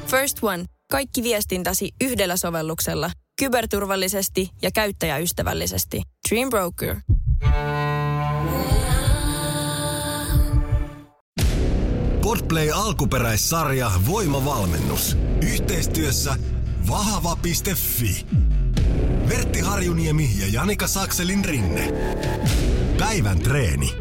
First One. Kaikki viestintäsi yhdellä sovelluksella. Kyberturvallisesti ja käyttäjäystävällisesti. Dream Broker. Podplay alkuperäissarja Voimavalmennus. Yhteistyössä vahva.fi. Vertti Harjuniemi ja Janika Sakselin Rinne. Päivän treeni.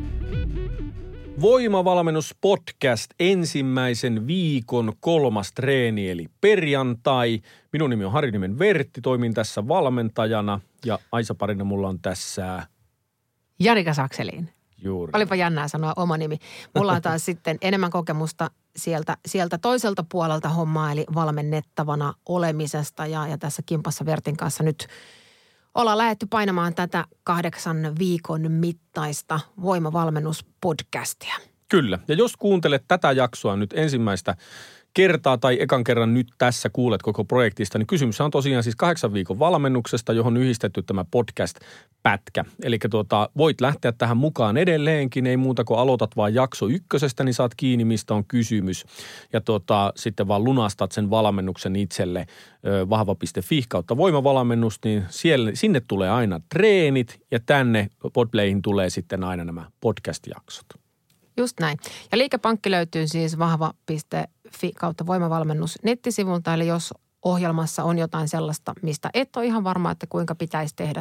Voimavalmennus podcast, ensimmäisen viikon 3. treeni eli perjantai. Minun nimi on Harjuniemen Vertti, toimin tässä valmentajana ja Aisa Parina mulla on tässä Janika Sakselin. Juuri. Olipa jännää sanoa oma nimi. Mulla on taas sitten enemmän kokemusta sieltä toiselta puolelta hommaa, eli valmennettavana olemisesta. Ja tässä kimpassa Vertin kanssa nyt ollaan lähdetty painamaan tätä 8 viikon mittaista voimavalmennuspodcastia. Kyllä. Ja jos kuuntelet tätä jaksoa nyt ensimmäistä kertaa tai ekan kerran nyt tässä kuulet koko projektista, niin kysymys on tosiaan siis 8 viikon valmennuksesta, johon yhdistetty tämä podcast-pätkä. Eli voit lähteä tähän mukaan edelleenkin, ei muuta kuin aloitat vaan jakso 1, niin saat kiinni, mistä on kysymys. Ja sitten vaan lunastat sen valmennuksen itselle vahva.fi kautta voimavalmennus, niin sinne tulee aina treenit ja tänne Podplayhin tulee sitten aina nämä podcast-jaksot. Just näin. Ja liikepankki löytyy siis vahva.fi kautta voimavalmennus nettisivulta, eli jos ohjelmassa on jotain sellaista, mistä et ole ihan varma, että kuinka pitäisi tehdä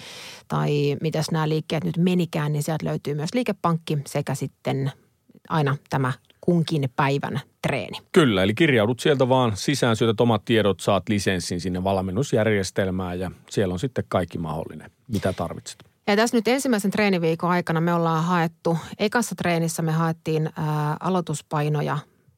tai mitäs nämä liikkeet nyt menikään, niin sieltä löytyy myös liikepankki sekä sitten aina tämä kunkin päivän treeni. Kyllä, eli kirjaudut sieltä vaan sisään, syötät omat tiedot, saat lisenssin sinne valmennusjärjestelmään ja siellä on sitten kaikki mahdollinen, mitä tarvitset. Ja tässä nyt ensimmäisen treeniviikon aikana me ollaan haettu, ekassa treenissä me haettiin aloituspainoja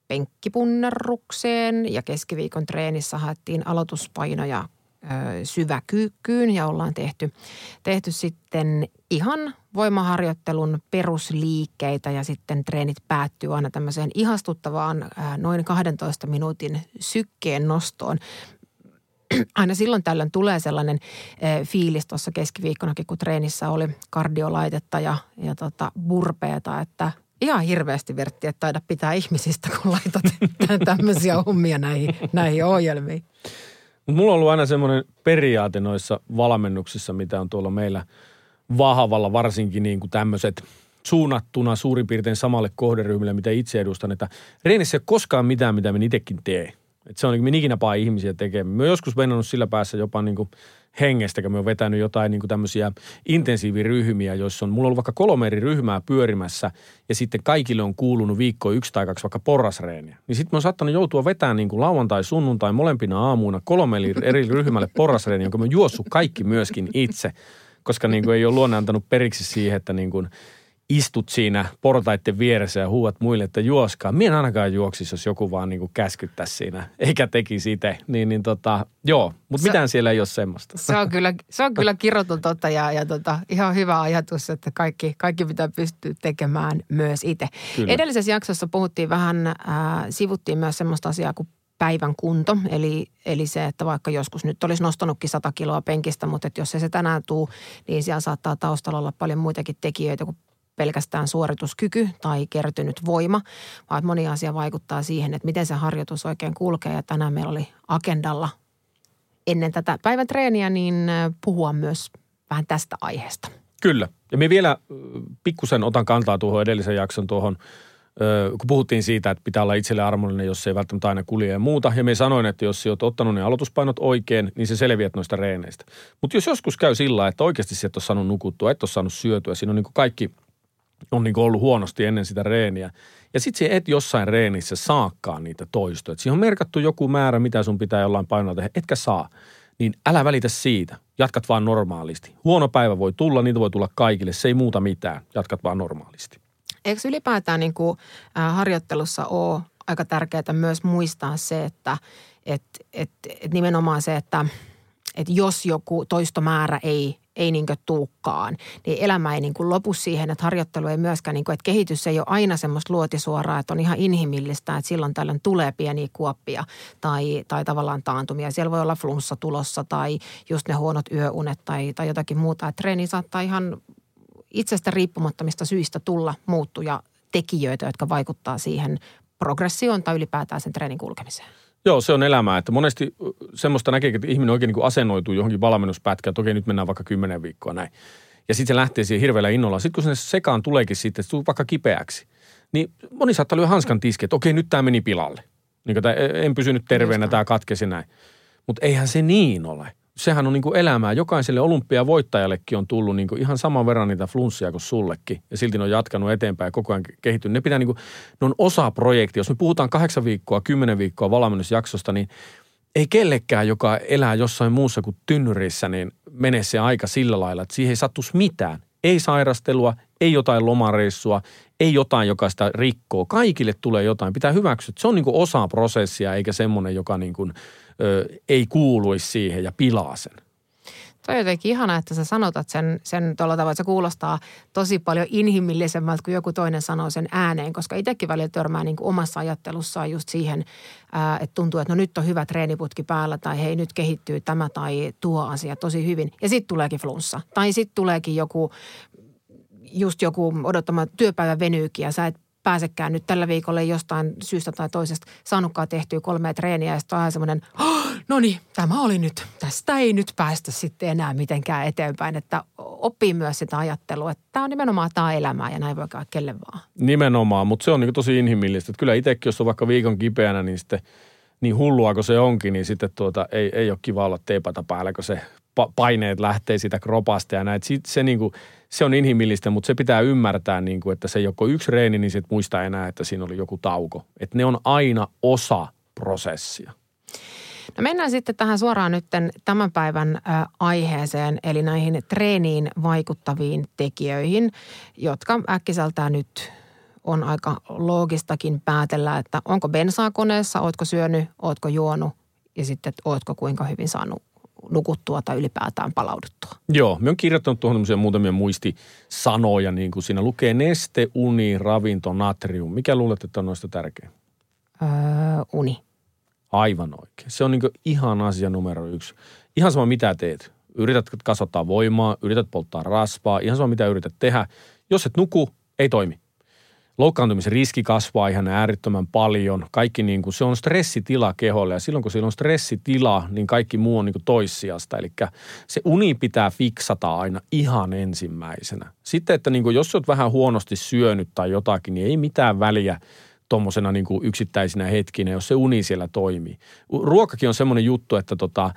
penkkipunnerrukseen ja keskiviikon treenissä haettiin aloituspainoja syväkyykkyyn ja ollaan tehty sitten ihan voimaharjoittelun perusliikkeitä ja sitten treenit päättyy aina tämmöiseen ihastuttavaan noin 12 minuutin sykkeen nostoon. Aina silloin tällöin tulee sellainen fiilis tuossa keskiviikkonakin, kun treenissä oli kardiolaitetta ja burpeeta, että ihan hirveästi Vertti, että taida pitää ihmisistä, kun laitat tämmöisiä hommia näihin ohjelmiin. Mulla on ollut aina semmoinen periaate noissa valmennuksissa, mitä on tuolla meillä Vahvalla, varsinkin niin kuin tämmöiset suunnattuna suurin piirtein samalle kohderyhmille, mitä itse edustan, että reenissä ei ole koskaan mitään, mitä me itsekin teen. Että se on niin kuin, ikinä paa ihmisiä tekemään. Me oon joskus venannut sillä päässä jopa niin kuin hengestä, kun me oon vetänyt jotain niin kuin tämmöisiä intensiiviryhmiä, joissa on, mulla on ollut vaikka 3 eri ryhmää pyörimässä ja sitten kaikille on kuulunut viikko 1 tai 2 vaikka porrasreeniä. Niin sitten mä oon saattanut joutua vetämään niin kuin lauantai, sunnuntai molempina aamuina 3 eri ryhmälle porrasreeniä, jonka mä oon juossut kaikki myöskin itse, koska niin kuin ei ole luonne antanut periksi siihen, että niin kuin istut siinä portaiden vieressä ja huuat muille, että juoskaa. Mie en ainakaan juoksisi, jos joku vaan niinku käskyttäisi siinä, eikä tekisi itse. Joo, mutta mitään siellä ei ole semmoista. Se on kyllä kirjoitun ja ihan hyvä ajatus, että kaikki pitää pystyä tekemään myös itse. Edellisessä jaksossa puhuttiin vähän, sivuttiin myös semmoista asiaa kuin päivän kunto, eli se, että vaikka joskus nyt olisi nostanutkin 100 kiloa penkistä, mutta että jos ei se tänään tule, niin siellä saattaa taustalla olla paljon muitakin tekijöitä kuin pelkästään suorituskyky tai kertynyt voima, vaan moni asia vaikuttaa siihen, että miten se harjoitus oikein kulkee. Ja tänään meillä oli agendalla ennen tätä päivän treeniä niin puhua myös vähän tästä aiheesta. Kyllä. Ja me vielä pikkusen otan kantaa tuohon edellisen jakson tuohon, kun puhuttiin siitä, että pitää olla itselle armollinen, jos se ei välttämättä aina kulje ja muuta. Ja me sanoin, että jos olet ottanut ne aloituspainot oikein, niin se selviät noista reeneistä. Mutta jos joskus käy sillä lailla, että oikeasti sä et ole saanut nukuttua, et ole saanut syötyä, siinä on niin kuin kaikki on niin kuin ollut huonosti ennen sitä reeniä. Ja sitten se et jossain reenissä saakaan niitä toistoja. Siihen on merkattu joku määrä, mitä sun pitää jollain painolla tehdä, etkä saa. Niin älä välitä siitä. Jatkat vaan normaalisti. Huono päivä voi tulla, niitä voi tulla kaikille. Se ei muuta mitään. Jatkat vaan normaalisti. Eikö ylipäätään niin kuin harjoittelussa ole aika tärkeää myös muistaa se, että nimenomaan se, että jos joku toistomäärä ei niin kuin tuukkaan, niin elämä ei niin kuin lopu siihen, että harjoittelu ei myöskään, niin kuin, että kehitys ei ole aina semmoista luotisuoraa, että on ihan inhimillistä, että silloin tällöin tulee pieniä kuoppia tai tavallaan taantumia. Siellä voi olla flunssa tulossa tai just ne huonot yöunet tai jotakin muuta. Että treeni saattaa ihan itsestä riippumattomista syistä tulla muuttuja tekijöitä, jotka vaikuttaa siihen progressioon tai ylipäätään sen treenin kulkemiseen. Joo, se on elämää. Että monesti semmoista näkee, että ihminen oikein niin kuin asennoituu johonkin valmennuspätkään, että okei, nyt mennään vaikka 10 viikkoa näin. Ja sitten se lähtee siihen hirveällä innolla. Sitten kun sinne sekaan tuleekin sitten, että se tulee vaikka kipeäksi, niin moni saattaa lyödä hanskan tiskiin, että okei, nyt tämä meni pilalle. Niin kuin, en pysynyt terveenä, tämä katkesi näin. Mutta eihän se niin ole. Sehän on niin kuin elämää. Jokaiselle olympiavoittajallekin on tullut niin kuin ihan saman verran niitä flunssia kuin sullekin. Ja silti ne on jatkanut eteenpäin ja koko ajan kehittynyt. Ne pitää niin kuin, ne on osa projektia. Jos me puhutaan 8 viikkoa, 10 viikkoa valmennusjaksosta, niin ei kellekään, joka elää jossain muussa kuin tynnyrissä, niin mene se aika sillä lailla, että siihen ei sattuisi mitään. Ei sairastelua, ei jotain lomareissua, ei jotain, joka sitä rikkoo. Kaikille tulee jotain. Pitää hyväksyä. Se on niin kuin osa prosessia, eikä semmoinen, joka niin kuin, ei kuuluisi siihen ja pilaa sen. Toi on jotenkin ihanaa, että sä sanotat sen tuolla tavalla, että se kuulostaa tosi paljon inhimillisemmältä, kun joku toinen sanoo sen ääneen, koska itsekin välillä törmää niin kuin omassa ajattelussaan just siihen, että tuntuu, että no nyt on hyvä treeniputki päällä tai hei nyt kehittyy tämä tai tuo asia tosi hyvin. Ja sitten tuleekin flunssa tai sitten tuleekin joku odottama työpäivä venyykin ja sä et pääsekään nyt tällä viikolla jostain syystä tai toisesta saanutkaan tehtyä 3 treeniä ja sitten on ihan semmoinen, no niin, tämä oli nyt, tästä ei nyt päästä sitten enää mitenkään eteenpäin, että oppii myös sitä ajattelua, että tämä on nimenomaan tämä elämää ja näin voi käydä kelle vaan. Nimenomaan, mutta se on niin tosi inhimillistä, että kyllä itsekin, jos on vaikka viikon kipeänä, niin sitten niin hullua kuin se onkin, niin sitten ei ole kiva olla teipata päällä, kun se paineet lähtee siitä kropasta ja näin. Se on inhimillistä, mutta se pitää ymmärtää, niin kuin, että se joko yksi reeni, niin sit muista enää, että siinä oli joku tauko. Että ne on aina osa prosessia. No mennään sitten tähän suoraan nyt tämän päivän aiheeseen, eli näihin treeniin vaikuttaviin tekijöihin, jotka äkkiseltään nyt on aika loogistakin päätellä, että onko bensaa koneessa, ootko syönyt, ootko juonut ja sitten, että ootko kuinka hyvin saanut nukuttua tai ylipäätään palauduttua. Joo, me on kirjoittanut tuohon muutamia muistisanoja, niin kuin siinä lukee neste, uni, ravinto, natrium. Mikä luulet, että on noista tärkein? Uni. Aivan oikein. Se on niin kuin ihan asia numero 1. Ihan sama mitä teet. Yrität kasvattaa voimaa, yrität polttaa rasvaa, ihan sama mitä yrität tehdä. Jos et nuku, ei toimi. Loukkaantumisen riski kasvaa ihan äärettömän paljon. Kaikki niin kuin, se on stressitila keholle ja silloin kun siellä on stressitila, niin kaikki muu on niin kuin toissijasta. Eli se uni pitää fiksata aina ihan ensimmäisenä. Sitten, että niin kuin, jos olet vähän huonosti syönyt tai jotakin, niin ei mitään väliä tuommoisena niin kuin yksittäisinä hetkinä, jos se uni siellä toimii. Ruokakin on semmoinen juttu, että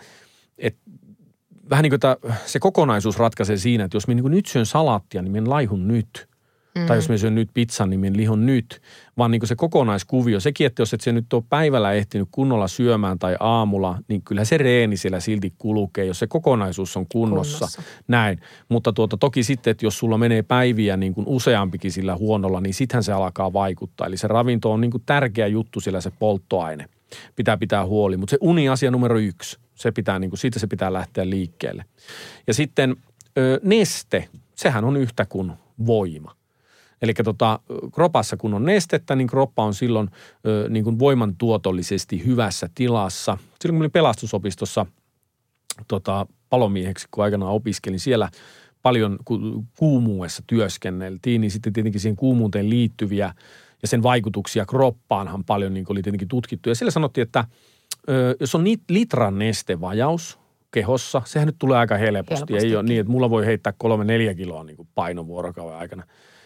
vähän niin kuin se kokonaisuus ratkaisee siinä, että jos minä niin nyt syön salaattia, niin minä laihun nyt. Tai jos me syön nyt pizzan, niin minä lihon nyt. Vaan niin kuin se kokonaiskuvio, sekin, että jos et se nyt ole päivällä ehtinyt kunnolla syömään tai aamulla, niin kyllä se reeni siellä silti kulkee, jos se kokonaisuus on kunnossa. Näin. Mutta toki sitten, että jos sulla menee päiviä niin kuin useampikin sillä huonolla, niin sittenhän se alkaa vaikuttaa. Eli se ravinto on niin kuin tärkeä juttu sillä se polttoaine. Pitää huoli. Mutta se uni-asia numero 1, se pitää, niin kuin, siitä se pitää lähteä liikkeelle. Ja sitten neste, sehän on yhtä kuin voima. Eli kropassa kun on nestettä, niin kroppa on silloin niin kuin voimantuotollisesti hyvässä tilassa. Silloin kun olin pelastusopistossa palomieheksi, kun aikanaan opiskelin, siellä paljon kuumuudessa työskenneltiin, niin sitten tietenkin siihen kuumuuteen liittyviä ja sen vaikutuksia kroppaanhan paljon niin kuin oli tietenkin tutkittu. Ja siellä sanottiin, että jos on litran nestevajaus kehossa, sehän nyt tulee aika helposti. Ei ole niin, että mulla voi heittää 3-4 kiloa niin kuin painon vuorokauden aikana.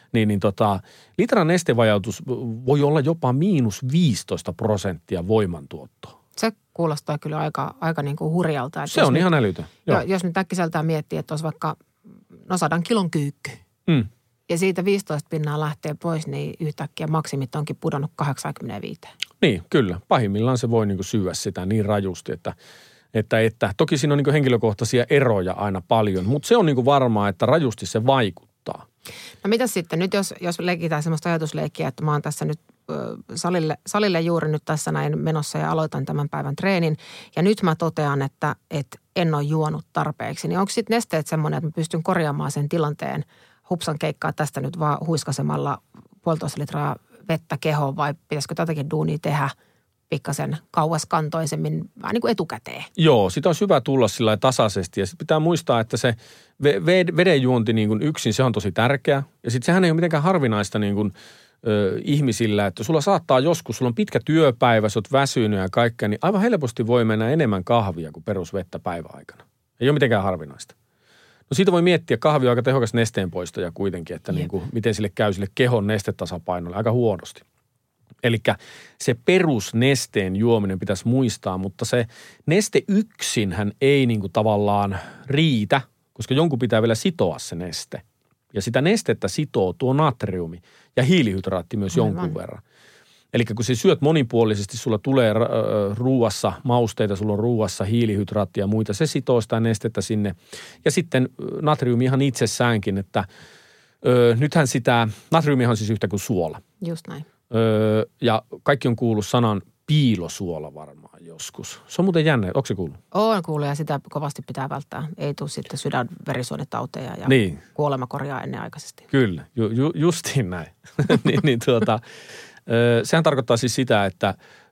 Litran nestevajautus voi olla jopa -15% voimantuottoa. Se kuulostaa kyllä aika niin kuin hurjalta. Se on ihan älytön. Jos nyt äkkiseltään miettii, että olisi vaikka 100 kilon kyykky ja siitä 15% lähtee pois, niin yhtäkkiä maksimit onkin pudonnut 85. Niin, kyllä. Pahimmillaan se voi niin kuin syödä sitä niin rajusti, että toki siinä on niin kuin henkilökohtaisia eroja aina paljon, mutta se on niin kuin varmaa, että rajusti se vaikuttaa. No mitäs sitten nyt, jos leikitään semmoista ajatusleikkiä, että mä oon tässä nyt salille juuri nyt tässä näin menossa ja aloitan tämän päivän treenin. Ja nyt mä totean, että en ole juonut tarpeeksi. Niin onko sitten nesteet semmoinen, että mä pystyn korjaamaan sen tilanteen hupsan keikkaa tästä nyt vaan huiskasemalla 1,5 litraa vettä kehoon vai pitäisikö tätäkin duunia tehdä pikkasen kauaskantoisemmin, vähän niin kuin etukäteen? Joo, sitä on hyvä tulla sillä tasaisesti ja sitten pitää muistaa, että se vedenjuonti niin kuin yksin, se on tosi tärkeä. Ja sitten sehän ei ole mitenkään harvinaista niin kuin ihmisillä, että sulla saattaa joskus, sulla on pitkä työpäivä, sä oot väsynyt ja kaikkea, niin aivan helposti voi mennä enemmän kahvia kuin perusvettä päiväaikana. Ei ole mitenkään harvinaista. No siitä voi miettiä, kahvi on aika tehokas nesteenpoistoja kuitenkin, että niin kuin, miten sille käy sille kehon nestetasapainolle aika huonosti. Eli se perusnesteen juominen pitäisi muistaa, mutta se neste yksinhän ei niin kuin tavallaan riitä, koska jonkun pitää vielä sitoa se neste. Ja sitä nestettä sitoo tuo natriumi ja hiilihydraatti myös jonkun verran. Eli kun sä syöt monipuolisesti, sulla tulee ruuassa mausteita, sulla on ruuassa hiilihydraattia ja muita, se sitoo sitä nestettä sinne. Ja sitten natriumi ihan itsessäänkin, että nythän sitä, natriumihan on siis yhtä kuin suola. Just näin. Ja kaikki on kuullut sanan piilosuola varmaan joskus. Se on muuten jännä. Onko se kuullut? Olen kuullut ja sitä kovasti pitää välttää. Ei tule sitten sydänverisuonitauteja ja niin. Kuolema korjaa ennenaikaisesti. Kyllä, justiin näin. Sehän tarkoittaa siis sitä, että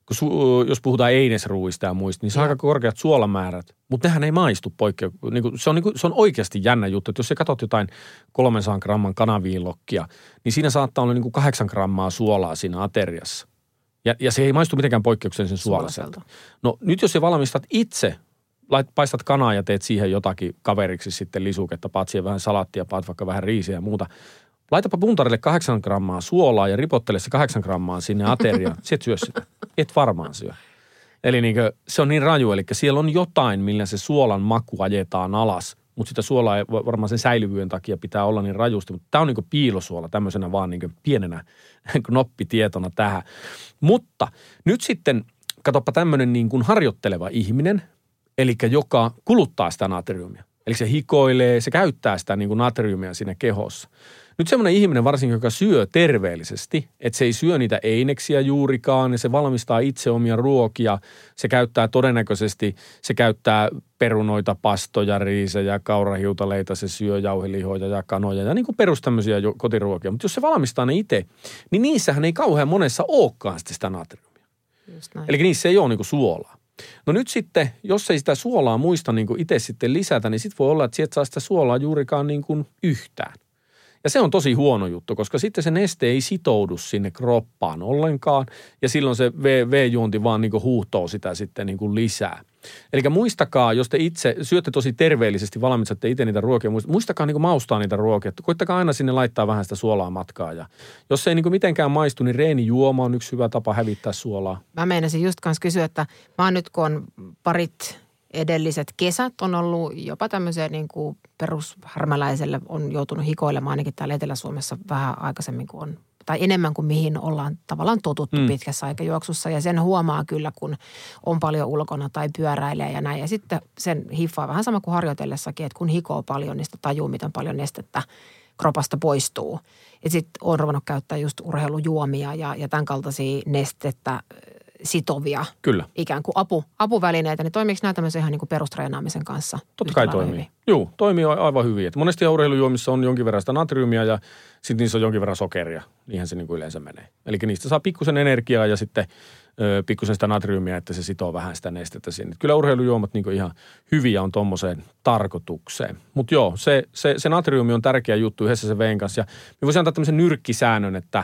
jos puhutaan einesruuista ja muista, niin se on aika korkeat suolamäärät, mutta nehän ei maistu se on oikeasti jännä juttu, että jos sä katsot jotain 300 gramman kanaviinlokkia, niin siinä saattaa olla 8 grammaa suolaa siinä ateriassa. Ja se ei maistu mitenkään poikkeuksellisen suolaiselta. No nyt jos sä valmistat itse, paistat kanaa ja teet siihen jotakin kaveriksi sitten lisuketta, paat siihen vähän salaattia, paat vaikka vähän riisiä ja muuta. Laitapa puntarille 8 grammaa suolaa ja ripottele se 8 grammaa sinne ateriaan. Sä et syö sitä. Et varmaan syö. Eli se on niin raju, eli siellä on jotain, millä se suolan maku ajetaan alas. Mutta sitä suolaa varmaan sen säilyvyyden takia pitää olla niin rajusti. Mutta tämä on piilosuola tämmöisenä vaan pienenä knoppitietona tähän. Mutta nyt sitten, katsoppa tämmöinen harjoitteleva ihminen, eli joka kuluttaa sitä natriumia. Eli se hikoilee, se käyttää sitä natriumia siinä kehossa. Nyt semmoinen ihminen varsinkin, joka syö terveellisesti, että se ei syö niitä eineksiä juurikaan, ja se valmistaa itse omia ruokia. Se käyttää todennäköisesti, se käyttää perunoita, pastoja, riisejä, kaurahiutaleita, se syö jauhelihoja ja kanoja ja perus tämmöisiä kotiruokia. Mutta jos se valmistaa ne itse, niin niissähän ei kauhean monessa olekaan sitä natriumia. Eli niissä ei ole suolaa. No nyt sitten, jos ei sitä suolaa muista itse sitten lisätä, niin sitten voi olla, että sieltä saa sitä suolaa juurikaan yhtään. Ja se on tosi huono juttu, koska sitten se neste ei sitoudu sinne kroppaan ollenkaan ja silloin se V-juonti vaan huuhtoo sitä sitten lisää. Eli muistakaa, jos te itse syötte tosi terveellisesti, valmistatte itse niitä ruokia, muistakaa maustaa niitä ruokia. Koittakaa aina sinne laittaa vähän sitä suolaa matkaa ja jos se ei mitenkään maistu, niin reenijuoma on yksi hyvä tapa hävittää suolaa. Mä meinasin just kanssa kysyä, että mä oon nyt kun on parit edelliset kesät on ollut jopa tämmöiseen perushärmäläiselle on joutunut hikoilemaan ainakin täällä Etelä-Suomessa vähän aikaisemmin kuin on, tai enemmän kuin mihin ollaan tavallaan totuttu pitkässä aikajuoksussa. Ja sen huomaa kyllä, kun on paljon ulkona tai pyöräilee ja näin. Ja sitten sen hiffaa vähän sama kuin harjoitellessakin, että kun hikoo paljon, niin sitä tajuu, miten paljon nestettä kropasta poistuu. Ja sitten on ruvennut käyttää just urheilujuomia ja tämän kaltaisia nestettä sitovia, kyllä, ikään kuin apuvälineitä, niin toimiiko nämä tämmöisen ihan perustreenaamisen kanssa? Totta kai toimii. Hyvin? Joo, toimii aivan hyvin. Et monesti urheilujuomissa on jonkin verran sitä natriumia ja sitten niissä on jonkin verran sokeria. Niinhän se yleensä menee. Eli niistä saa pikkusen energiaa ja sitten pikkusen sitä natriumia, että se sitoo vähän sitä nestettä sinne. Kyllä urheilujuomat ihan hyviä on tommoseen tarkoitukseen. Mutta joo, se natriumi on tärkeä juttu yhdessä se veen kanssa. Ja me voisi antaa tämmöisen nyrkkisäännön, että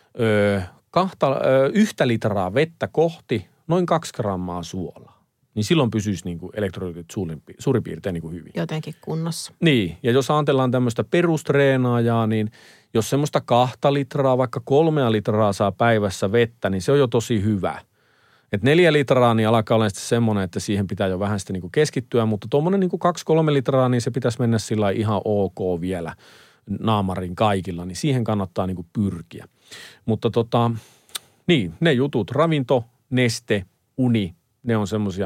1 litraa vettä kohti noin 2 grammaa suolaa. Niin silloin pysyisi elektrolyytit suurin piirtein hyvin. Jotenkin kunnossa. Niin, ja jos ajatellaan tämmöistä perustreenaajaa, niin jos semmoista 2 litraa, vaikka 3 litraa saa päivässä vettä, niin se on jo tosi hyvä. Et 4 litraa niin alkaa olla sitten semmoinen, että siihen pitää jo vähän sitten keskittyä, mutta tuommoinen 2-3 litraa, niin se pitäisi mennä sillä ihan ok vielä naamarin kaikilla, niin siihen kannattaa pyrkiä. Mutta niin, ne jutut, ravinto, neste, uni, ne on semmoisia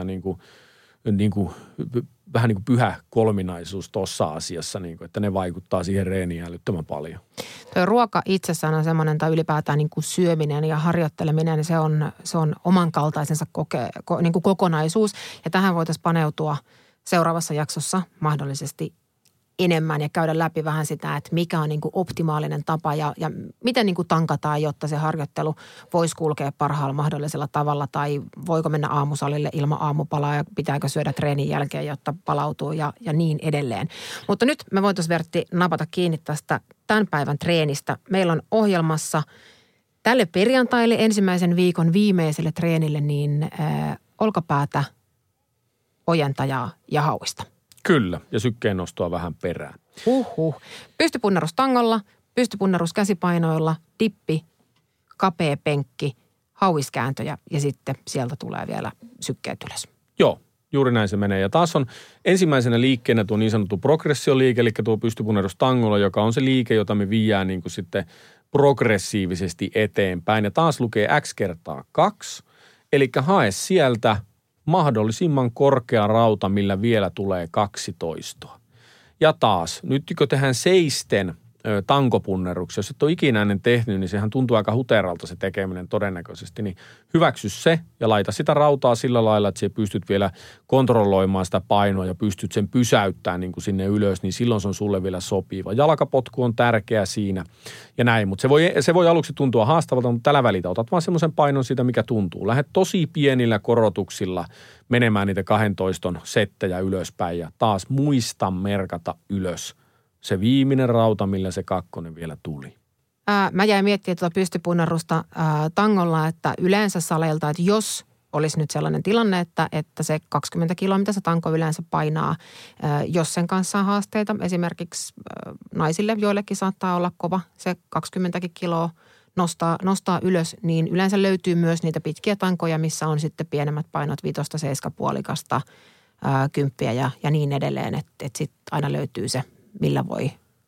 vähän pyhä kolminaisuus tuossa asiassa, että ne vaikuttaa siihen reeniin älyttömän paljon. Tuo ruoka itsessään on semmoinen, tai ylipäätään syöminen ja harjoitteleminen, se on oman kaltaisensa kokonaisuus. Ja tähän voitaisiin paneutua seuraavassa jaksossa mahdollisesti enemmän ja käydä läpi vähän sitä, että mikä on optimaalinen tapa ja miten tankataan, jotta se harjoittelu voisi kulkea parhaalla mahdollisella tavalla tai voiko mennä aamusalille ilman aamupalaa ja pitääkö syödä treenin jälkeen, jotta palautuu ja niin edelleen. Mutta nyt me voitaisiin, Vertti, napata kiinni tästä tämän päivän treenistä. Meillä on ohjelmassa Tälle perjantaille ensimmäisen viikon viimeiselle treenille niin olkapäätä, ojentajaa ja hauista. Kyllä, ja sykkeen nostoa vähän perään. Pystypunnerus tangolla, pystypunnerus käsipainoilla, dippi, kapea penkki, hauiskääntöjä ja sitten sieltä tulee vielä sykkeet ylös. Joo, juuri näin se menee. Ja taas on ensimmäisenä liikkeenä tuo niin sanottu progressioliike, eli tuo pystypunnerus tangolla, joka on se liike, jota me viiään niin kuin sitten progressiivisesti eteenpäin. Ja taas lukee X kertaa 2, eli hae sieltä mahdollisimman korkea rauta, millä vielä tulee 12. Ja taas, nyt kun tehdään seisten tankopunneruksia, jos et ole ikinäinen tehnyt, niin sehän tuntuu aika huteralta se tekeminen todennäköisesti, niin hyväksy se ja laita sitä rautaa sillä lailla, että sä pystyt vielä kontrolloimaan sitä painoa ja pystyt sen pysäyttämään niin kuin sinne ylös, niin silloin se on sulle vielä sopiva. Jalkapotku on tärkeä siinä ja näin, mutta se voi aluksi tuntua haastavalta, mutta tällä välitä otat vaan semmoisen painon siitä, mikä tuntuu. Lähdet tosi pienillä korotuksilla menemään niitä 12 settejä ylöspäin ja taas muista merkata ylös se viimeinen rauta, millä se 2 vielä tuli. Mä jäin miettimään tuota pystypunnerusta tangolla, että yleensä saleilta, että jos olisi nyt sellainen tilanne, että se 20 kiloa, mitä se tanko yleensä painaa, jos sen kanssa on haasteita, esimerkiksi naisille, joillekin saattaa olla kova se 20 kiloa nostaa ylös, niin yleensä löytyy myös niitä pitkiä tankoja, missä on sitten pienemmät painot 5, 7 puolikasta, 10 ja niin edelleen, että sitten aina löytyy se, millä voi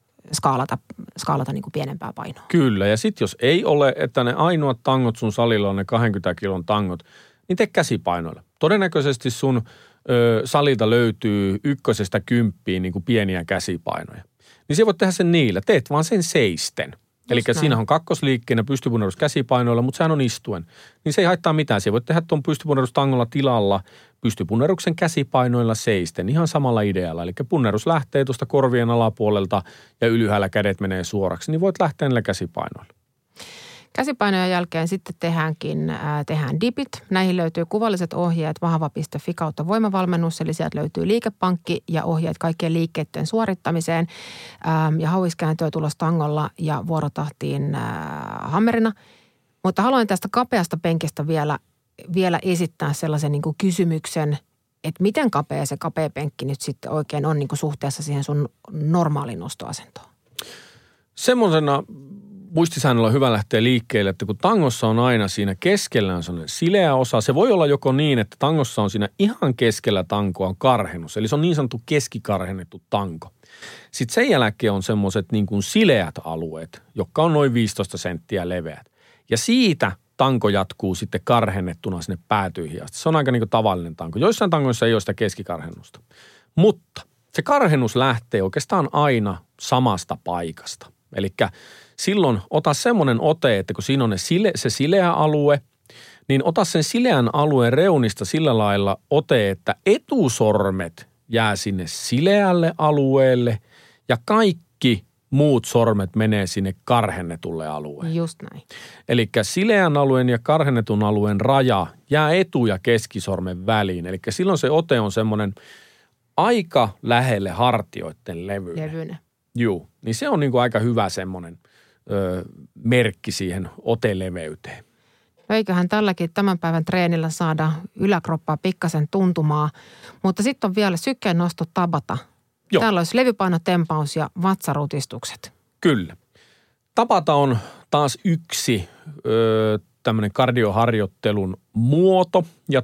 skaalata niin kuin pienempää painoa. Kyllä, ja sitten jos ei ole, että ne ainoat tangot sun salilla on ne 20 kilon tangot, niin tee käsipainoilla. Todennäköisesti sun salilta löytyy 1–10 niin kuin pieniä käsipainoja. Niin se voit tehdä sen niillä, teet vaan sen seisten. Eli siinä on kakkosliikkeenä pystypunnerus käsipainoilla, mutta sehän on istuen. Niin se ei haittaa mitään. Se voit tehdä tuon pystypunnerus tangolla tilalla pystypunneruksen käsipainoilla seisten ihan samalla idealla. Eli punnerus lähtee tuosta korvien alapuolelta ja ylhäällä kädet menee suoraksi, niin voit lähteä niillä käsipainoilla. Käsipainojen jälkeen sitten tehdään dipit. Näihin löytyy kuvalliset ohjeet vahva.fi kautta voimavalmennus, eli sieltä löytyy liikepankki ja ohjeet kaikkien liikkeiden suorittamiseen. Ja hauiskääntöä tulos tangolla ja vuorotahtiin hammerina. Mutta haluan tästä kapeasta penkistä vielä esittää sellaisen niin kuin kysymyksen, että miten kapea se kapea penkki nyt sitten oikein on niin kuin suhteessa siihen sun normaaliin nostoasentoon? Semmoisena muistisäännöllä on hyvä lähteä liikkeelle, että kun tangossa on aina siinä keskellä on sellainen sileä osa, se voi olla joko niin, että tangossa on siinä ihan keskellä tankoa on karhennus, eli se on niin sanottu keskikarhennettu tanko. Sitten sen jälkeen on semmoiset niin kuin sileät alueet, jotka on noin 15 senttiä leveät. Ja siitä tanko jatkuu sitten karhennettuna sinne päätyihin asti. Se on aika niin kuin tavallinen tanko. Joissain tangoissa ei ole sitä keskikarhennusta. Mutta se karhennus lähtee oikeastaan aina samasta paikasta. Elikkä silloin ota semmoinen ote, että kun siinä on se sileä alue, niin ota sen sileän alueen reunista sillä lailla ote, että etusormet jää sinne sileälle alueelle ja kaikki muut sormet menee sinne karhennetulle alueelle. Just näin. Eli sileän alueen ja karhennetun alueen raja jää etu- ja keskisormen väliin. Eli silloin se ote on semmoinen aika lähelle hartioiden levyinen. Juu, niin se on niin kuin aika hyvä semmoinen merkki siihen oteleveyteen. No eiköhän tälläkin tämän päivän treenillä saada yläkroppaa pikkasen tuntumaa, mutta sitten on vielä sykkeen nosto tabata. Joo. Täällä olisi levypainotempaus ja vatsarutistukset. Kyllä. Tabata on taas yksi tämmöinen kardioharjoittelun muoto ja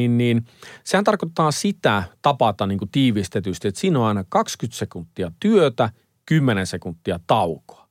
sehän tarkoittaa sitä tabata niin kuin tiivistetysti, että siinä on aina 20 sekuntia työtä, 10 sekuntia taukoa.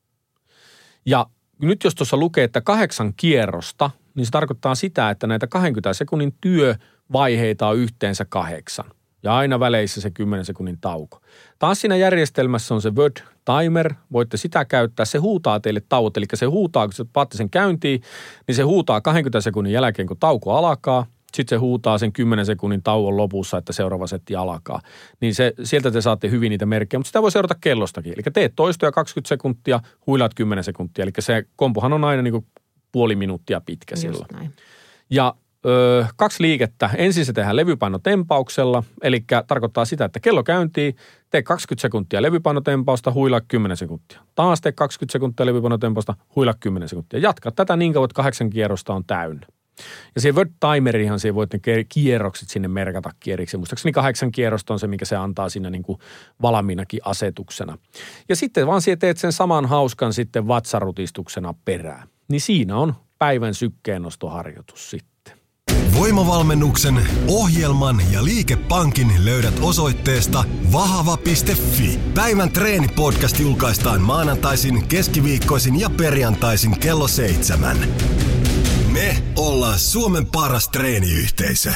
Ja nyt jos tuossa lukee, että 8 kierrosta, niin se tarkoittaa sitä, että näitä 20 sekunnin työvaiheita on yhteensä 8. Ja aina väleissä se 10 sekunnin tauko. Taas siinä järjestelmässä on se word timer, voitte sitä käyttää. Se huutaa teille tauot, eli se huutaa, kun paatte sen käyntiin, niin se huutaa 20 sekunnin jälkeen, kun tauko alkaa. Sitten se huutaa sen 10 sekunnin tauon lopussa, että seuraava setti alkaa. Niin sieltä te saatte hyvin niitä merkkejä, mutta sitä voi seurata kellostakin. Eli teet toistoja 20 sekuntia, huilaat 10 sekuntia. Eli se kompohan on aina niin kuin puoli minuuttia pitkä silloin. Näin. Ja 2 liikettä. Ensin se tehdään levypainotempauksella, eli tarkoittaa sitä, että kello käyntiin, tee 20 sekuntia levypainotempausta, huilaa 10 sekuntia. Taas tee 20 sekuntia levypainotempausta, huilaa 10 sekuntia. Jatka tätä niin kauan, että 8 kierrosta on täynnä. Ja siihen word timeriinhan siihen voit ne kierrokset sinne merkata kierriksi. Muistaakseni 8 kierrosta on se, mikä se antaa siinä niin kuin valmiinakin asetuksena. Ja sitten vaan siihen teet sen saman hauskan sitten vatsarutistuksena perään. Niin siinä on päivän sykkeennostoharjoitus sitten. Voimavalmennuksen, ohjelman ja liikepankin löydät osoitteesta vahava.fi. Päivän treenipodcast julkaistaan maanantaisin, keskiviikkoisin ja perjantaisin kello 7. Me ollaan Suomen paras treeniyhteisö.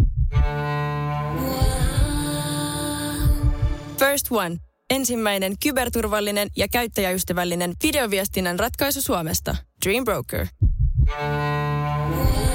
First One. Ensimmäinen kyberturvallinen ja käyttäjäystävällinen videoviestinnän ratkaisu Suomesta. Dream Broker.